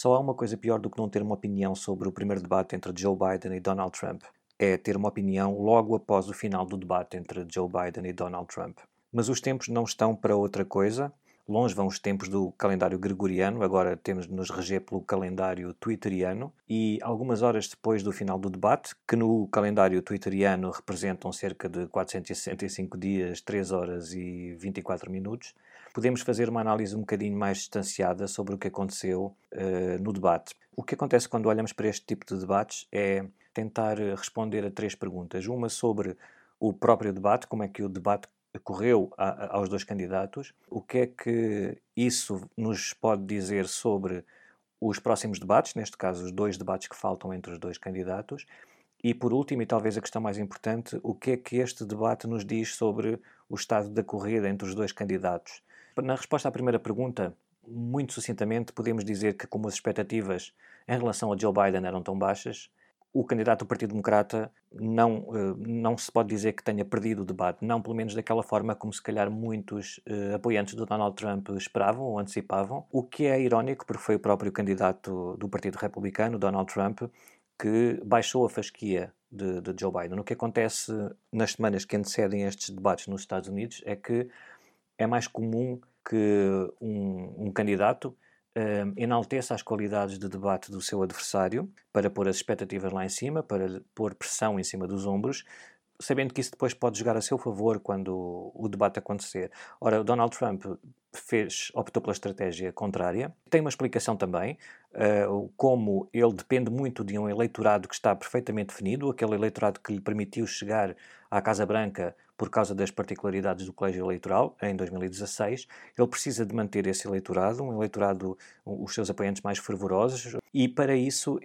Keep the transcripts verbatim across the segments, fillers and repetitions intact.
Só há uma coisa pior do que não ter uma opinião sobre o primeiro debate entre Joe Biden e Donald Trump. É ter uma opinião logo após o final do debate entre Joe Biden e Donald Trump. Mas os tempos não estão para outra coisa. Longe vão os tempos do calendário gregoriano, agora temos de nos reger pelo calendário twitteriano, e algumas horas depois do final do debate, que no calendário twitteriano representam cerca de quatrocentos e sessenta e cinco dias, três horas e vinte e quatro minutos, podemos fazer uma análise um bocadinho mais distanciada sobre o que aconteceu uh, no debate. O que acontece quando olhamos para este tipo de debates é tentar responder a três perguntas. Uma sobre o próprio debate, como é que o debate ocorreu a, aos dois candidatos, o que é que isso nos pode dizer sobre os próximos debates, neste caso os dois debates que faltam entre os dois candidatos, e por último, e talvez a questão mais importante, o que é que este debate nos diz sobre o estado da corrida entre os dois candidatos. Na resposta à primeira pergunta, muito sucintamente, podemos dizer que como as expectativas em relação a Joe Biden eram tão baixas, o candidato do Partido Democrata não, não se pode dizer que tenha perdido o debate, não pelo menos daquela forma como se calhar muitos uh, apoiantes do Donald Trump esperavam ou antecipavam, o que é irónico porque foi o próprio candidato do Partido Republicano, Donald Trump, que baixou a fasquia de, de Joe Biden. O que acontece nas semanas que antecedem estes debates nos Estados Unidos é que é mais comum que um, um candidato Uh, enalteça as qualidades de debate do seu adversário para pôr as expectativas lá em cima, para pôr pressão em cima dos ombros, sabendo que isso depois pode jogar a seu favor quando o debate acontecer. Ora, o Donald Trump fez, optou pela estratégia contrária. Tem uma explicação também, uh, como ele depende muito de um eleitorado que está perfeitamente definido, aquele eleitorado que lhe permitiu chegar à Casa Branca por causa das particularidades do colégio eleitoral, em dois mil e dezasseis. Ele precisa de manter esse eleitorado, um eleitorado, os seus apoiantes mais fervorosos, e para isso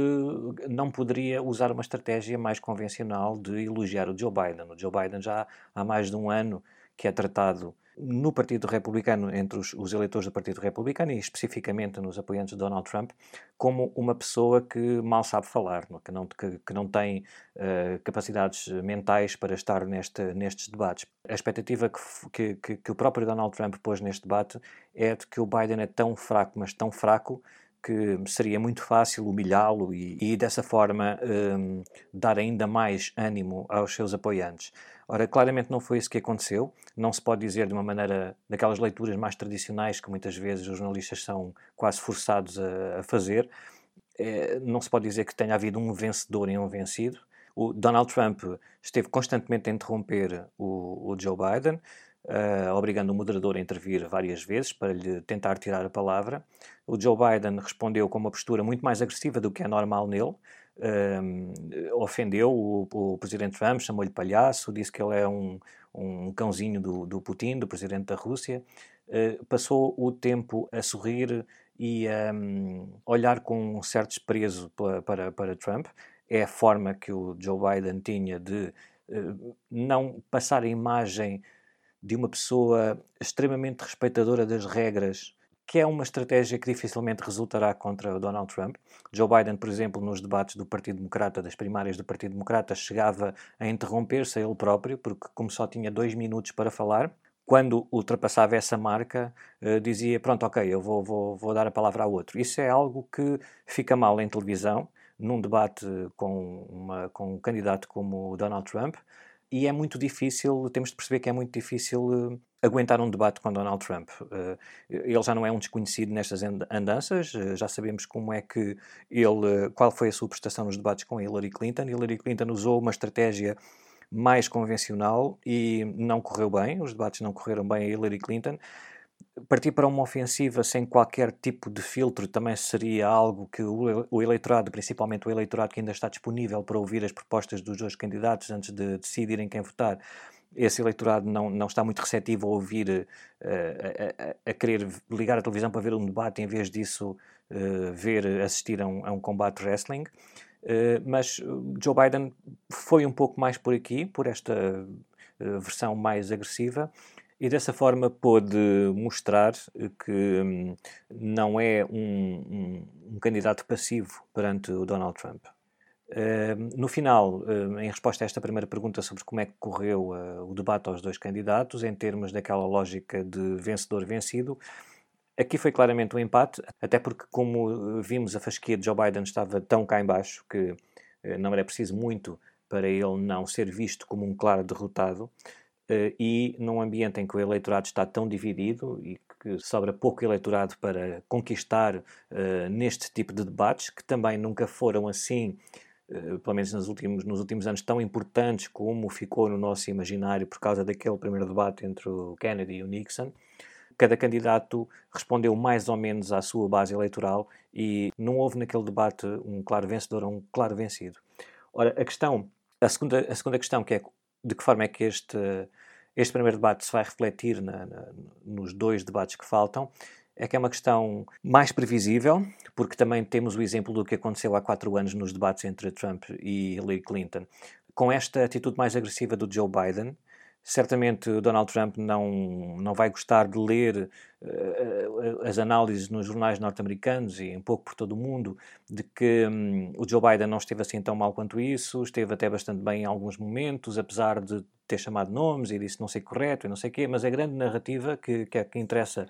ele não poderia usar uma estratégia mais convencional de elogiar o Joe Biden. O Joe Biden já há mais de um ano que é tratado no Partido Republicano, entre os, os eleitores do Partido Republicano e especificamente nos apoiantes de Donald Trump, como uma pessoa que mal sabe falar, que não, que, que não tem uh, capacidades mentais para estar neste, nestes debates. A expectativa que, que, que o próprio Donald Trump pôs neste debate é de que o Biden é tão fraco, mas tão fraco, que seria muito fácil humilhá-lo e, e dessa forma um, dar ainda mais ânimo aos seus apoiantes. Ora, claramente não foi isso que aconteceu. Não se pode dizer de uma maneira, daquelas leituras mais tradicionais que muitas vezes os jornalistas são quase forçados a, a fazer. É, não se pode dizer que tenha havido um vencedor e um vencido. O Donald Trump esteve constantemente a interromper o, o Joe Biden, Uh, obrigando o moderador a intervir várias vezes para lhe tentar tirar a palavra. O Joe Biden respondeu com uma postura muito mais agressiva do que é normal nele. Uh, ofendeu o, o presidente Trump, chamou-lhe palhaço, disse que ele é um, um cãozinho do, do Putin, do presidente da Rússia. Uh, passou o tempo a sorrir e a um, olhar com um certo desprezo para, para, para Trump. É a forma que o Joe Biden tinha de uh, não passar a imagem de uma pessoa extremamente respeitadora das regras, que é uma estratégia que dificilmente resultará contra o Donald Trump. Joe Biden, por exemplo, nos debates do Partido Democrata, das primárias do Partido Democrata, chegava a interromper-se a ele próprio, porque como só tinha dois minutos para falar, quando ultrapassava essa marca, uh, dizia, pronto, ok, eu vou, vou, vou dar a palavra ao outro. Isso é algo que fica mal em televisão, num debate com, uma, com um candidato como o Donald Trump, e é muito difícil, temos de perceber que é muito difícil uh, aguentar um debate com Donald Trump. Uh, ele já não é um desconhecido nestas andanças, uh, já sabemos como é que ele, uh, qual foi a sua prestação nos debates com Hillary Clinton. Hillary Clinton usou uma estratégia mais convencional e não correu bem, os debates não correram bem a Hillary Clinton. Partir para uma ofensiva sem qualquer tipo de filtro também seria algo que o eleitorado, principalmente o eleitorado que ainda está disponível para ouvir as propostas dos dois candidatos antes de decidirem quem votar, esse eleitorado não, não está muito receptivo a ouvir, uh, a, a, a querer ligar a televisão para ver um debate, em vez disso uh, ver, assistir a um, a um combate wrestling. Uh, mas Joe Biden foi um pouco mais por aqui, por esta uh, versão mais agressiva, e dessa forma pôde mostrar que hum, não é um, um, um candidato passivo perante o Donald Trump. Uh, no final, uh, em resposta a esta primeira pergunta sobre como é que correu uh, o debate aos dois candidatos, em termos daquela lógica de vencedor-vencido, Aqui foi claramente um empate, até porque, como vimos, a fasquia de Joe Biden estava tão cá em baixo que não era preciso muito para ele não ser visto como um claro derrotado, e num ambiente em que o eleitorado está tão dividido e que sobra pouco eleitorado para conquistar uh, neste tipo de debates, que também nunca foram assim, uh, pelo menos nos últimos, nos últimos anos, tão importantes como ficou no nosso imaginário por causa daquele primeiro debate entre o Kennedy e o Nixon. Cada candidato respondeu mais ou menos à sua base eleitoral e não houve naquele debate um claro vencedor ou um claro vencido. Ora, a questão, a segunda, a segunda questão, que é de que forma é que este, este primeiro debate se vai refletir na, na, nos dois debates que faltam, é que é uma questão mais previsível, porque também temos o exemplo do que aconteceu há quatro anos nos debates entre Trump e Hillary Clinton. Com esta atitude mais agressiva do Joe Biden, certamente o Donald Trump não, não vai gostar de ler uh, as análises nos jornais norte-americanos e um pouco por todo o mundo de que um, o Joe Biden não esteve assim tão mal quanto isso, esteve até bastante bem em alguns momentos, apesar de ter chamado nomes e disse não sei correto e não sei o quê, mas a grande narrativa que, que, é, que interessa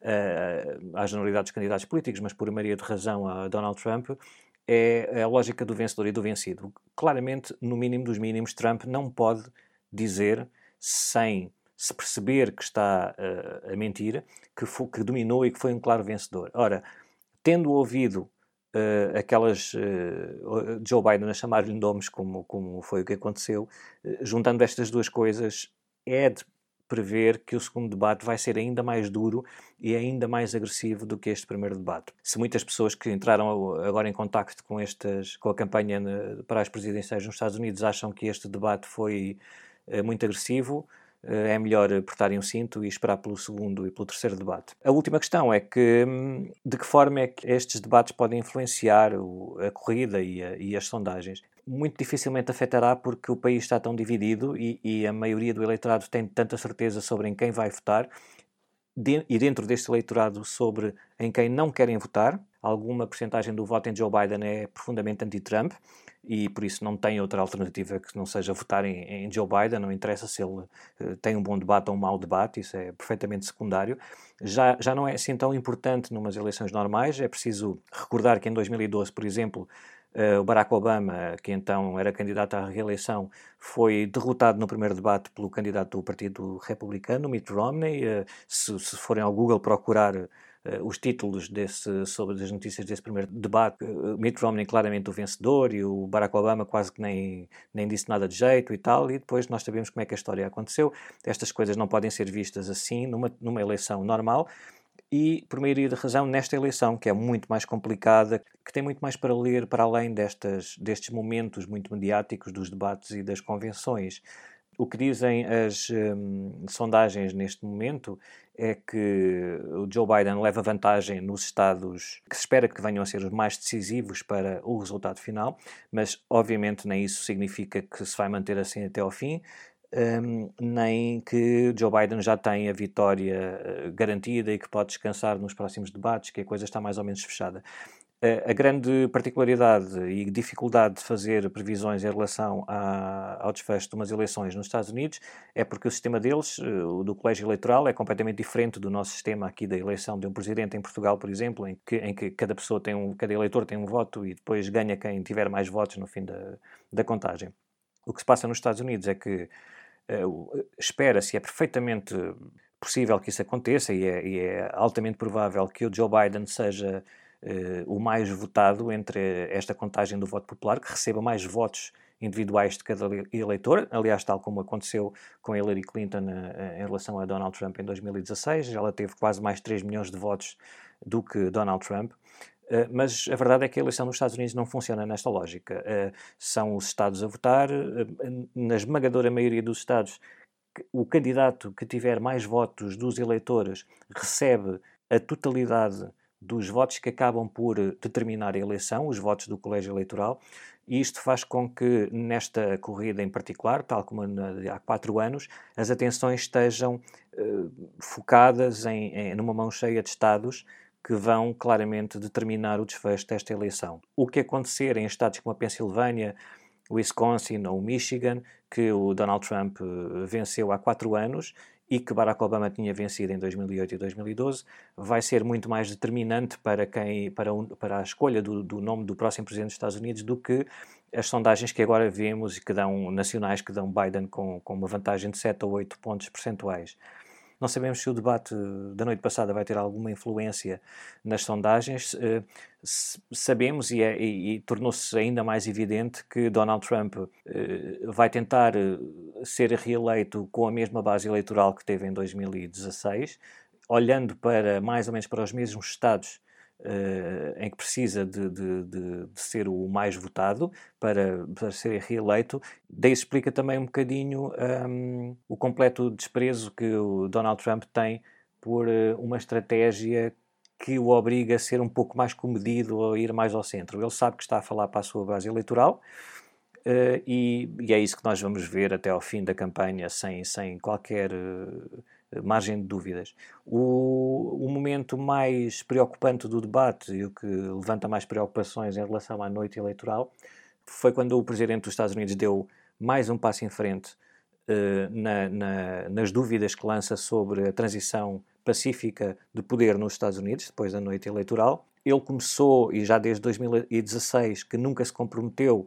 uh, à generalidade dos candidatos políticos, mas por maioria de razão a Donald Trump, é a lógica do vencedor e do vencido. Claramente, no mínimo dos mínimos, Trump não pode dizer, sem se perceber que está uh, a mentir, que, foi, que dominou e que foi um claro vencedor. Ora, tendo ouvido uh, aquelas uh, Joe Biden a chamar-lhe nomes, como, como foi o que aconteceu, uh, juntando estas duas coisas, é de prever que o segundo debate vai ser ainda mais duro e ainda mais agressivo do que este primeiro debate. Se muitas pessoas que entraram agora em contacto com, estas, com a campanha para as presidenciais nos Estados Unidos acham que este debate foi uh, muito agressivo, é melhor apertarem o cinto e esperar pelo segundo e pelo terceiro debate. A última questão é que, de que forma é que estes debates podem influenciar a corrida e, a, e as sondagens? Muito dificilmente afetará, porque o país está tão dividido e, e a maioria do eleitorado tem tanta certeza sobre em quem vai votar, de, e dentro deste eleitorado sobre em quem não querem votar. Alguma percentagem do voto em Joe Biden é profundamente anti-Trump e por isso não tem outra alternativa que não seja votar em, em Joe Biden. Não interessa se ele uh, tem um bom debate ou um mau debate, isso é perfeitamente secundário. Já, já não é assim tão importante numas eleições normais. É preciso recordar que em dois mil e doze, por exemplo, Uh, o Barack Obama, que então era candidato à reeleição, foi derrotado no primeiro debate pelo candidato do Partido Republicano, Mitt Romney. Uh, se, se forem ao Google procurar uh, os títulos desse, sobre as notícias desse primeiro debate, uh, Mitt Romney claramente o vencedor e o Barack Obama quase que nem, nem disse nada de jeito e tal, e depois nós sabemos como é que a história aconteceu. Estas coisas não podem ser vistas assim numa, numa eleição normal. E, por maioria de razão, nesta eleição, que é muito mais complicada, que tem muito mais para ler para além destas, destes momentos muito mediáticos dos debates e das convenções. O que dizem as hum, sondagens neste momento é que o Joe Biden leva vantagem nos estados que se espera que venham a ser os mais decisivos para o resultado final, mas obviamente nem isso significa que se vai manter assim até ao fim. Um, nem que Joe Biden já tem a vitória uh, garantida e que pode descansar nos próximos debates, que a coisa está mais ou menos fechada. Uh, a grande particularidade e dificuldade de fazer previsões em relação a, ao desfecho de umas eleições nos Estados Unidos é porque o sistema deles, uh, o do colégio eleitoral, é completamente diferente do nosso sistema aqui da eleição de um presidente em Portugal, por exemplo, em que, em que cada pessoa tem um, cada eleitor tem um voto e depois ganha quem tiver mais votos no fim da, da contagem. O que se passa nos Estados Unidos é que Uh, espera-se, é perfeitamente possível que isso aconteça e é, e é altamente provável que o Joe Biden seja uh, o mais votado entre esta contagem do voto popular, que receba mais votos individuais de cada eleitor, aliás, tal como aconteceu com Hillary Clinton uh, em relação a Donald Trump em dois mil e dezasseis. Ela teve quase mais três milhões de votos do que Donald Trump. Uh, mas a verdade é que a eleição nos Estados Unidos não funciona nesta lógica. Uh, são os Estados a votar. Uh, na esmagadora maioria dos Estados, o candidato que tiver mais votos dos eleitores recebe a totalidade dos votos que acabam por determinar a eleição, os votos do colégio eleitoral, e isto faz com que, nesta corrida em particular, tal como há quatro anos, as atenções estejam uh, focadas em, em, numa mão cheia de Estados que vão claramente determinar o desfecho desta eleição. O que acontecer em estados como a Pensilvânia, Wisconsin ou Michigan, que o Donald Trump venceu há quatro anos e que Barack Obama tinha vencido em dois mil e oito e dois mil e doze, vai ser muito mais determinante para, quem, para, um, para a escolha do, do nome do próximo presidente dos Estados Unidos do que as sondagens que agora vemos e que dão nacionais que dão Biden com, com uma vantagem de sete ou oito pontos percentuais. Não sabemos se o debate da noite passada vai ter alguma influência nas sondagens. Sabemos, e, é, e, e tornou-se ainda mais evidente, que Donald Trump vai tentar ser reeleito com a mesma base eleitoral que teve em dois mil e dezasseis, olhando para mais ou menos para os mesmos estados Uh, em que precisa de, de, de, de ser o mais votado para, para ser reeleito. Daí explica também um bocadinho um, o completo desprezo que o Donald Trump tem por uh, uma estratégia que o obriga a ser um pouco mais comedido ou a ir mais ao centro. Ele sabe que está a falar para a sua base eleitoral uh, e, e é isso que nós vamos ver até ao fim da campanha sem, sem qualquer... Uh, margem de dúvidas. O, o momento mais preocupante do debate e o que levanta mais preocupações em relação à noite eleitoral foi quando o presidente dos Estados Unidos deu mais um passo em frente uh, na, na, nas dúvidas que lança sobre a transição pacífica de poder nos Estados Unidos, depois da noite eleitoral. Ele começou, e já desde dois mil e dezasseis, que nunca se comprometeu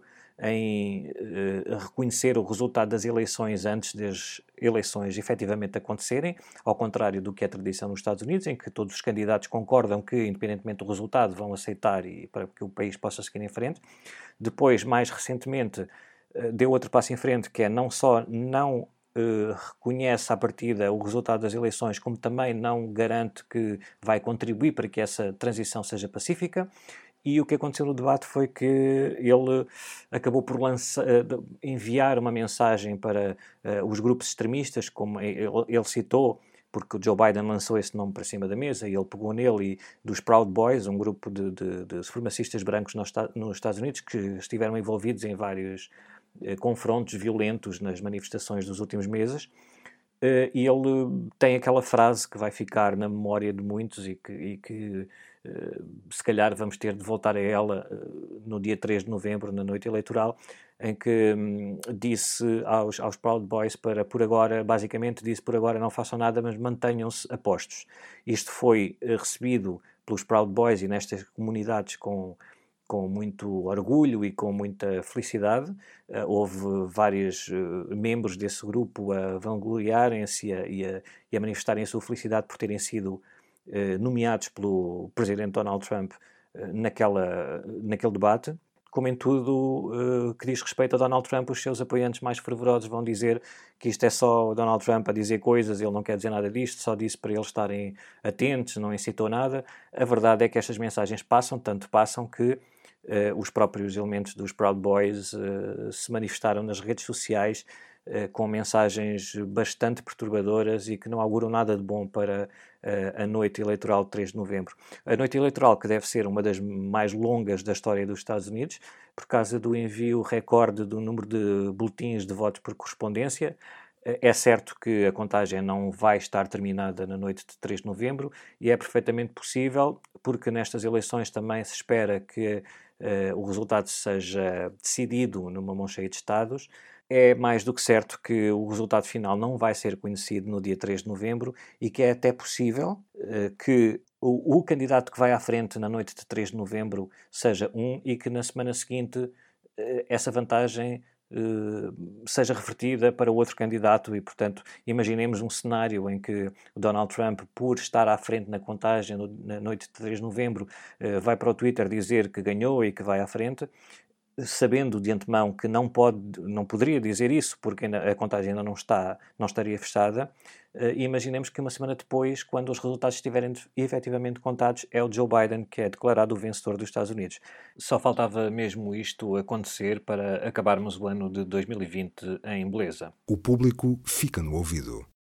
em uh, reconhecer o resultado das eleições antes das eleições efetivamente acontecerem, ao contrário do que é tradição nos Estados Unidos, em que todos os candidatos concordam que, independentemente do resultado, vão aceitar e para que o país possa seguir em frente. Depois, mais recentemente, uh, deu outro passo em frente, que é não só não uh, reconhece à partida o resultado das eleições, como também não garante que vai contribuir para que essa transição seja pacífica. E o que aconteceu no debate foi que ele acabou por lançar, enviar uma mensagem para uh, os grupos extremistas, como ele, ele citou, porque o Joe Biden lançou esse nome para cima da mesa e ele pegou nele, e dos Proud Boys, um grupo de, de, de supremacistas brancos nos, nos Estados Unidos que estiveram envolvidos em vários uh, confrontos violentos nas manifestações dos últimos meses. Uh, e ele tem aquela frase que vai ficar na memória de muitos e que, e que uh, se calhar vamos ter de voltar a ela uh, no dia três de novembro, na noite eleitoral, em que um, disse aos, aos Proud Boys para, por agora, basicamente disse, por agora não façam nada, mas mantenham-se a postos. Isto foi uh, recebido pelos Proud Boys e nestas comunidades com... com muito orgulho e com muita felicidade. Uh, houve vários uh, membros desse grupo a vangloriarem-se e a, e, a, e a manifestarem a sua felicidade por terem sido uh, nomeados pelo presidente Donald Trump uh, naquela, naquele debate. Como em tudo uh, que diz respeito a Donald Trump, os seus apoiantes mais fervorosos vão dizer que isto é só Donald Trump a dizer coisas, ele não quer dizer nada disto, só disse para eles estarem atentos, não incitou nada. A verdade é que estas mensagens passam, tanto passam que Uh, os próprios elementos dos Proud Boys uh, se manifestaram nas redes sociais uh, com mensagens bastante perturbadoras e que não auguram nada de bom para uh, a noite eleitoral de três de novembro. A noite eleitoral, que deve ser uma das mais longas da história dos Estados Unidos, por causa do envio recorde do número de boletins de votos por correspondência. É certo que a contagem não vai estar terminada na noite de três de novembro e é perfeitamente possível, porque nestas eleições também se espera que uh, o resultado seja decidido numa mão cheia de estados. É mais do que certo que o resultado final não vai ser conhecido no dia três de novembro e que é até possível uh, que o, o candidato que vai à frente na noite de três de novembro seja um e que na semana seguinte uh, essa vantagem Uh, seja revertida para outro candidato e, portanto, imaginemos um cenário em que o Donald Trump, por estar à frente na contagem no, na noite de três de novembro, uh, vai para o Twitter dizer que ganhou e que vai à frente, sabendo de antemão que não, pode, não poderia dizer isso porque ainda, a contagem ainda não, está, não estaria fechada. Uh, e imaginemos que uma semana depois, quando os resultados estiverem efetivamente contados, é o Joe Biden que é declarado o vencedor dos Estados Unidos. Só faltava mesmo isto acontecer para acabarmos o ano de dois mil e vinte em beleza. O público fica no ouvido.